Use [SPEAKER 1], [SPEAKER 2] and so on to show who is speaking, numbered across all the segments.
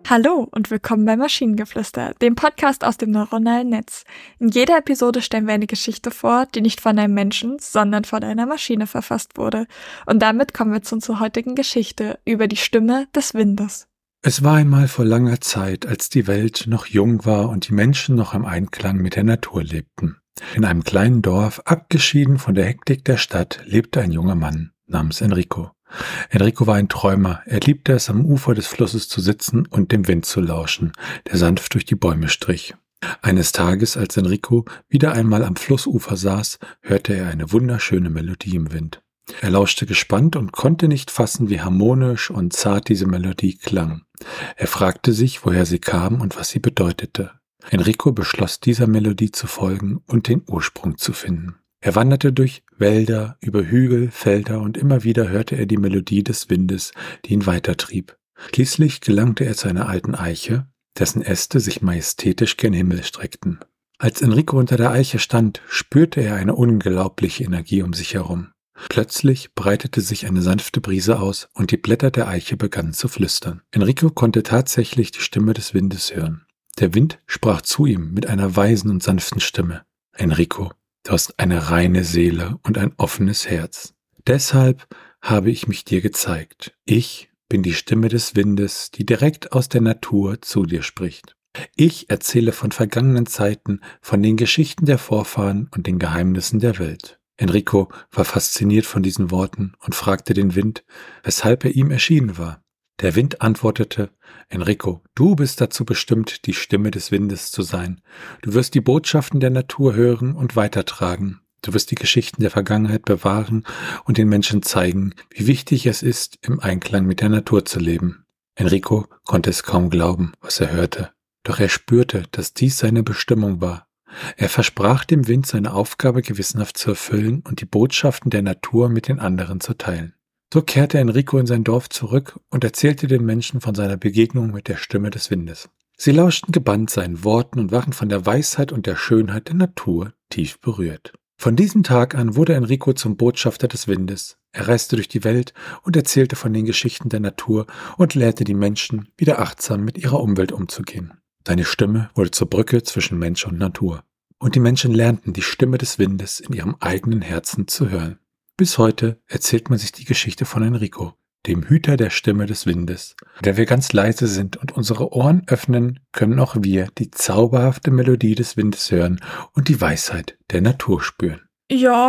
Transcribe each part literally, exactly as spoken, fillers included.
[SPEAKER 1] Hallo und willkommen bei Maschinengeflüster, dem Podcast aus dem neuronalen Netz. In jeder Episode stellen wir eine Geschichte vor, die nicht von einem Menschen, sondern von einer Maschine verfasst wurde. Und damit kommen wir zu unserer heutigen Geschichte über die Stimme des Windes.
[SPEAKER 2] Es war einmal vor langer Zeit, als die Welt noch jung war und die Menschen noch im Einklang mit der Natur lebten. In einem kleinen Dorf, abgeschieden von der Hektik der Stadt, lebte ein junger Mann namens Enrico. Enrico war ein Träumer. Er liebte es, am Ufer des Flusses zu sitzen und dem Wind zu lauschen, der sanft durch die Bäume strich. Eines Tages, als Enrico wieder einmal am Flussufer saß, hörte er eine wunderschöne Melodie im Wind. Er lauschte gespannt und konnte nicht fassen, wie harmonisch und zart diese Melodie klang. Er fragte sich, woher sie kam und was sie bedeutete. Enrico beschloss, dieser Melodie zu folgen und den Ursprung zu finden. Er wanderte durch Wälder, über Hügel, Felder und immer wieder hörte er die Melodie des Windes, die ihn weitertrieb. Schließlich gelangte er zu einer alten Eiche, dessen Äste sich majestätisch gen Himmel streckten. Als Enrico unter der Eiche stand, spürte er eine unglaubliche Energie um sich herum. Plötzlich breitete sich eine sanfte Brise aus und die Blätter der Eiche begannen zu flüstern. Enrico konnte tatsächlich die Stimme des Windes hören. Der Wind sprach zu ihm mit einer weisen und sanften Stimme. Enrico, du hast eine reine Seele und ein offenes Herz. Deshalb habe ich mich dir gezeigt. Ich bin die Stimme des Windes, die direkt aus der Natur zu dir spricht. Ich erzähle von vergangenen Zeiten, von den Geschichten der Vorfahren und den Geheimnissen der Welt. Enrico war fasziniert von diesen Worten und fragte den Wind, weshalb er ihm erschienen war. Der Wind antwortete, Enrico, du bist dazu bestimmt, die Stimme des Windes zu sein. Du wirst die Botschaften der Natur hören und weitertragen. Du wirst die Geschichten der Vergangenheit bewahren und den Menschen zeigen, wie wichtig es ist, im Einklang mit der Natur zu leben. Enrico konnte es kaum glauben, was er hörte. Doch er spürte, dass dies seine Bestimmung war. Er versprach dem Wind, seine Aufgabe gewissenhaft zu erfüllen und die Botschaften der Natur mit den anderen zu teilen. So kehrte Enrico in sein Dorf zurück und erzählte den Menschen von seiner Begegnung mit der Stimme des Windes. Sie lauschten gebannt seinen Worten und waren von der Weisheit und der Schönheit der Natur tief berührt. Von diesem Tag an wurde Enrico zum Botschafter des Windes. Er reiste durch die Welt und erzählte von den Geschichten der Natur und lehrte die Menschen, wieder achtsam mit ihrer Umwelt umzugehen. Seine Stimme wurde zur Brücke zwischen Mensch und Natur. Und die Menschen lernten, die Stimme des Windes in ihrem eigenen Herzen zu hören. Bis heute erzählt man sich die Geschichte von Enrico, dem Hüter der Stimme des Windes. Wenn wir ganz leise sind und unsere Ohren öffnen, können auch wir die zauberhafte Melodie des Windes hören und die Weisheit der Natur spüren.
[SPEAKER 1] Ja,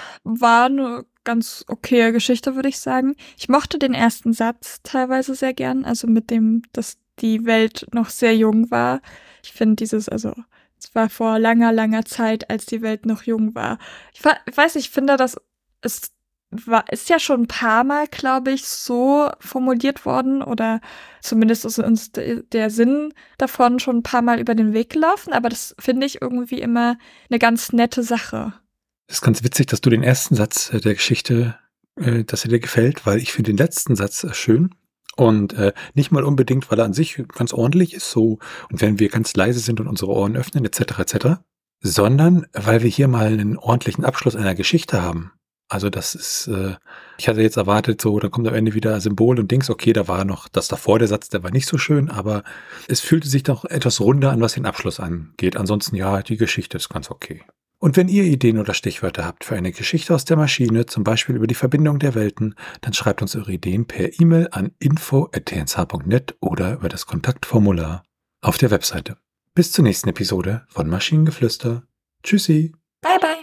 [SPEAKER 1] war eine ganz okaye Geschichte, würde ich sagen. Ich mochte den ersten Satz teilweise sehr gern, also mit dem, dass die Welt noch sehr jung war. Ich finde dieses, also es war vor langer, langer Zeit, als die Welt noch jung war. Ich, ich weiß, ich finde, das Es war, ist ja schon ein paar Mal, glaube ich, so formuliert worden oder zumindest ist uns de, der Sinn davon schon ein paar Mal über den Weg gelaufen, aber das finde ich irgendwie immer eine ganz nette Sache.
[SPEAKER 2] Es ist ganz witzig, dass du den ersten Satz der Geschichte, äh, dass er dir gefällt, weil ich finde den letzten Satz schön und äh, nicht mal unbedingt, weil er an sich ganz ordentlich ist, so und wenn wir ganz leise sind und unsere Ohren öffnen, et cetera et cetera, sondern weil wir hier mal einen ordentlichen Abschluss einer Geschichte haben. Also das ist, äh, ich hatte jetzt erwartet, so, dann kommt am Ende wieder Symbol und Dings, okay, da war noch das davor, der Satz, der war nicht so schön, aber es fühlte sich doch etwas runder an, was den Abschluss angeht. Ansonsten, ja, die Geschichte ist ganz okay. Und wenn ihr Ideen oder Stichwörter habt für eine Geschichte aus der Maschine, zum Beispiel über die Verbindung der Welten, dann schreibt uns eure Ideen per E-Mail an info at t n s h punkt net oder über das Kontaktformular auf der Webseite. Bis zur nächsten Episode von Maschinengeflüster. Tschüssi.
[SPEAKER 1] Bye, bye.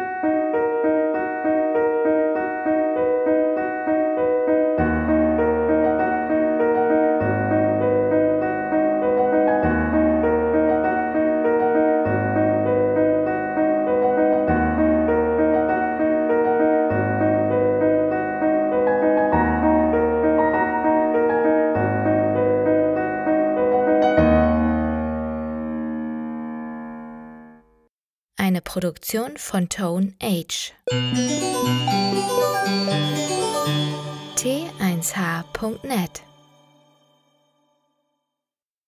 [SPEAKER 3] Eine Produktion von Tone Age. T eins H punkt net